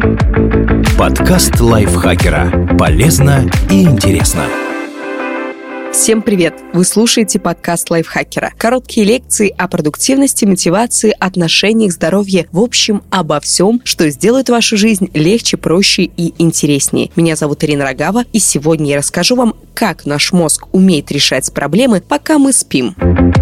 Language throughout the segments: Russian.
Подкаст лайфхакера. Полезно и интересно. Всем привет! Вы слушаете подкаст лайфхакера. Короткие лекции о продуктивности, мотивации, отношениях, здоровье, в общем, обо всем, что сделает вашу жизнь легче, проще и интереснее. Меня зовут Ирина Рогава, и сегодня я расскажу вам, как наш мозг умеет решать проблемы, пока мы спим.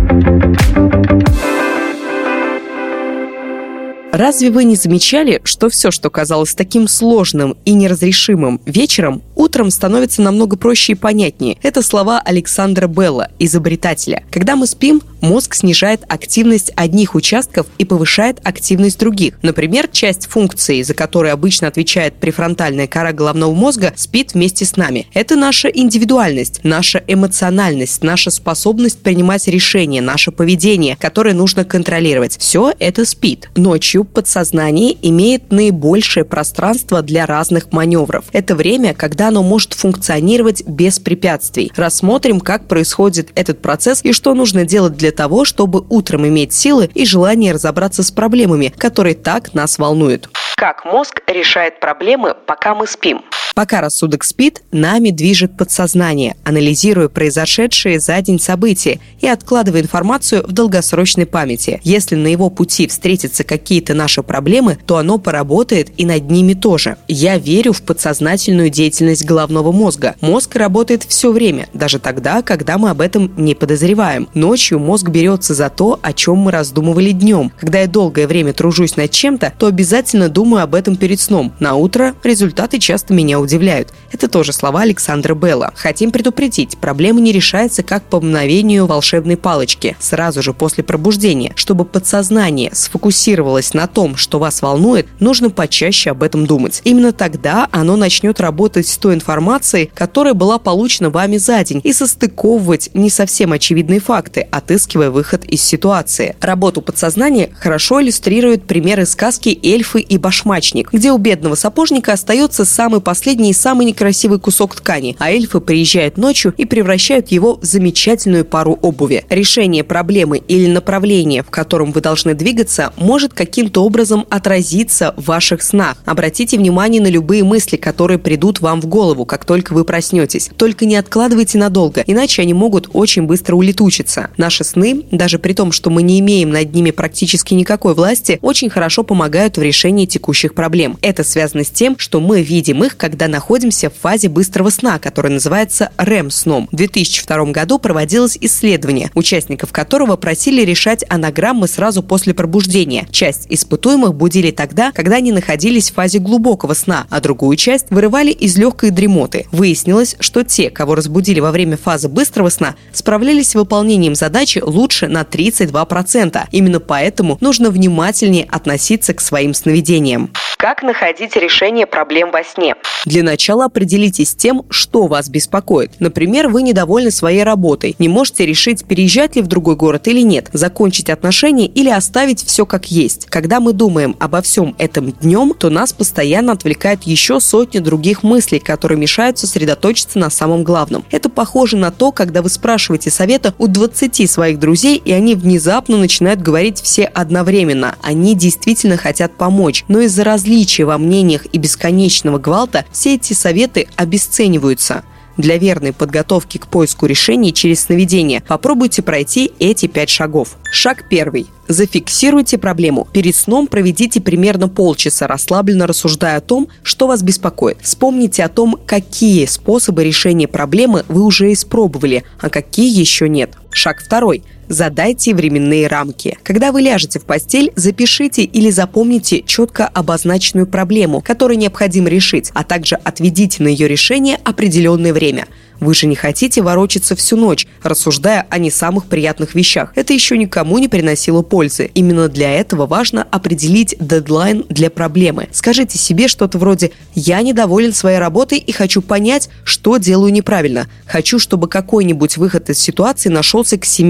Разве вы не замечали, что все, что казалось таким сложным и неразрешимым вечером, утром становится намного проще и понятнее? Это слова Александра Белла, изобретателя. Когда мы спим, мозг снижает активность одних участков и повышает активность других. Например, часть функций, за которую обычно отвечает префронтальная кора головного мозга, спит вместе с нами. Это наша индивидуальность, наша эмоциональность, наша способность принимать решения, наше поведение, которое нужно контролировать. Все это спит. Ночью подсознание имеет наибольшее пространство для разных маневров. Это время, когда оно может функционировать без препятствий. Рассмотрим, как происходит этот процесс и что нужно делать для того, чтобы утром иметь силы и желание разобраться с проблемами, которые так нас волнуют. Как мозг решает проблемы, пока мы спим? Пока рассудок спит, нами движет подсознание, анализируя произошедшие за день события и откладывая информацию в долгосрочной памяти. Если на его пути встретятся какие-то наши проблемы, то оно поработает и над ними тоже. Я верю в подсознательную деятельность головного мозга. Мозг работает все время, даже тогда, когда мы об этом не подозреваем. Ночью мозг берется за то, о чем мы раздумывали днем. Когда я долгое время тружусь над чем-то, то обязательно думаю об этом перед сном. На утро результаты часто меня удивляют. Это тоже слова Александра Белла. Хотим предупредить, проблема не решается как по мгновению волшебной палочки, сразу же после пробуждения. Чтобы подсознание сфокусировалось на том, что вас волнует, нужно почаще об этом думать. Именно тогда оно начнет работать с той информацией, которая была получена вами за день, и состыковывать не совсем очевидные факты, отыскивая выход из ситуации. Работу подсознания хорошо иллюстрирует пример из сказки «Эльфы и башмачник», где у бедного сапожника остается самый последний и самый некрасивый кусок ткани, а эльфы приезжают ночью и превращают его в замечательную пару обуви. Решение проблемы или направление, в котором вы должны двигаться, может каким-то образом отразиться в ваших снах. Обратите внимание на любые мысли, которые придут вам в голову, как только вы проснетесь. Только не откладывайте надолго, иначе они могут очень быстро улетучиться. Наши сны, даже при том, что мы не имеем над ними практически никакой власти, очень хорошо помогают в решении текущих проблем. Это связано с тем, что мы видим их, когда находимся в фазе быстрого сна, который называется REM-сном. В 2002 году проводилось исследование, участников которого просили решать анаграммы сразу после пробуждения. Часть испытуемых будили тогда, когда они находились в фазе глубокого сна, а другую часть вырывали из легкой дремоты. Выяснилось, что те, кого разбудили во время фазы быстрого сна, справлялись с выполнением задачи лучше на 32%. Именно поэтому нужно внимательнее относиться к своим сновидениям. Как находить решение проблем во сне? Для начала определитесь с тем, что вас беспокоит. Например, вы недовольны своей работой, не можете решить, переезжать ли в другой город или нет, закончить отношения или оставить все как есть. Когда мы думаем обо всем этом днем, то нас постоянно отвлекает еще сотни других мыслей, которые мешают сосредоточиться на самом главном. Это похоже на то, когда вы спрашиваете совета у 20 своих друзей, и они внезапно начинают говорить все одновременно. Они действительно хотят помочь, но из-за различия во мнениях и бесконечного гвалта все эти советы обесцениваются. Для верной подготовки к поиску решений через сновидение попробуйте пройти эти 5 шагов. Шаг 1. Зафиксируйте проблему. Перед сном проведите примерно полчаса, расслабленно рассуждая о том, что вас беспокоит. Вспомните о том, какие способы решения проблемы вы уже испробовали, а какие еще нет. Шаг 2. Задайте временные рамки. Когда вы ляжете в постель, запишите или запомните четко обозначенную проблему, которую необходимо решить, а также отведите на ее решение определенное время. Вы же не хотите ворочаться всю ночь, рассуждая о не самых приятных вещах. Это еще никому не приносило пользы. Именно для этого важно определить дедлайн для проблемы. Скажите себе что-то вроде «Я недоволен своей работой и хочу понять, что делаю неправильно. Хочу, чтобы какой-нибудь выход из ситуации нашелся к 7 утра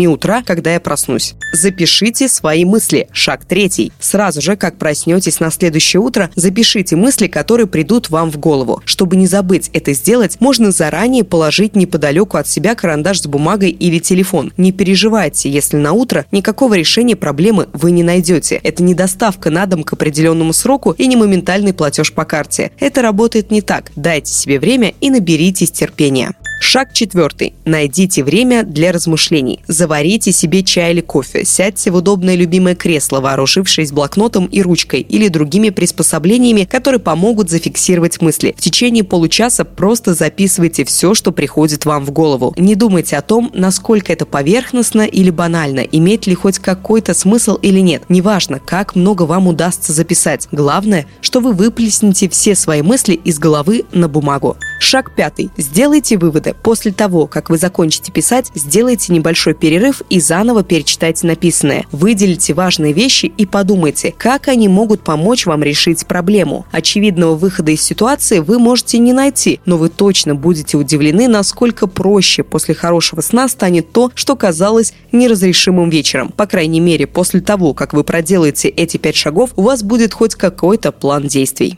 утра, когда я проснусь. Запишите свои мысли. Шаг 3. Сразу же, как проснетесь на следующее утро, запишите мысли, которые придут вам в голову. Чтобы не забыть это сделать, можно заранее положить неподалеку от себя карандаш с бумагой или телефон. Не переживайте, если на утро никакого решения проблемы вы не найдете. Это не доставка на дом к определенному сроку и не моментальный платеж по карте. Это работает не так. Дайте себе время и наберитесь терпения. Шаг 4. Найдите время для размышлений. Заварите себе чай или кофе, сядьте в удобное любимое кресло, вооружившись блокнотом и ручкой или другими приспособлениями, которые помогут зафиксировать мысли. В течение получаса просто записывайте все, что приходит вам в голову. Не думайте о том, насколько это поверхностно или банально, имеет ли хоть какой-то смысл или нет. Неважно, как много вам удастся записать. Главное, что вы выплеснете все свои мысли из головы на бумагу. Шаг 5. Сделайте выводы. После того, как вы закончите писать, сделайте небольшой перерыв и заново перечитайте написанное. Выделите важные вещи и подумайте, как они могут помочь вам решить проблему. Очевидного выхода из ситуации вы можете не найти, но вы точно будете удивлены, насколько проще после хорошего сна станет то, что казалось неразрешимым вечером. По крайней мере, после того, как вы проделаете эти 5 шагов, у вас будет хоть какой-то план действий.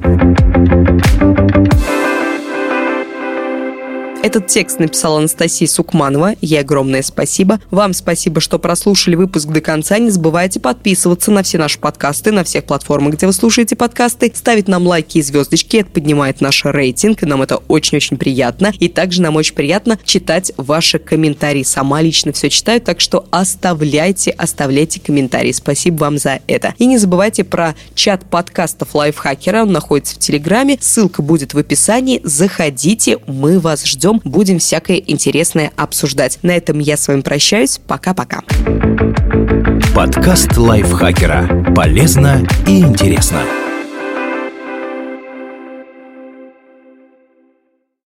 Этот текст написала Анастасия Сукманова. Ей огромное спасибо. Вам спасибо, что прослушали выпуск до конца. Не забывайте подписываться на все наши подкасты, на всех платформах, где вы слушаете подкасты, ставить нам лайки и звездочки. Это поднимает наш рейтинг, и нам это очень-очень приятно. И также нам очень приятно читать ваши комментарии. Сама лично все читаю, так что оставляйте комментарии. Спасибо вам за это. И не забывайте про чат подкастов Лайфхакера. Он находится в Телеграме. Ссылка будет в описании. Заходите, мы вас ждем. Будем всякое интересное обсуждать. На этом я с вами прощаюсь. Пока-пока. Подкаст Лайфхакера. Полезно и интересно.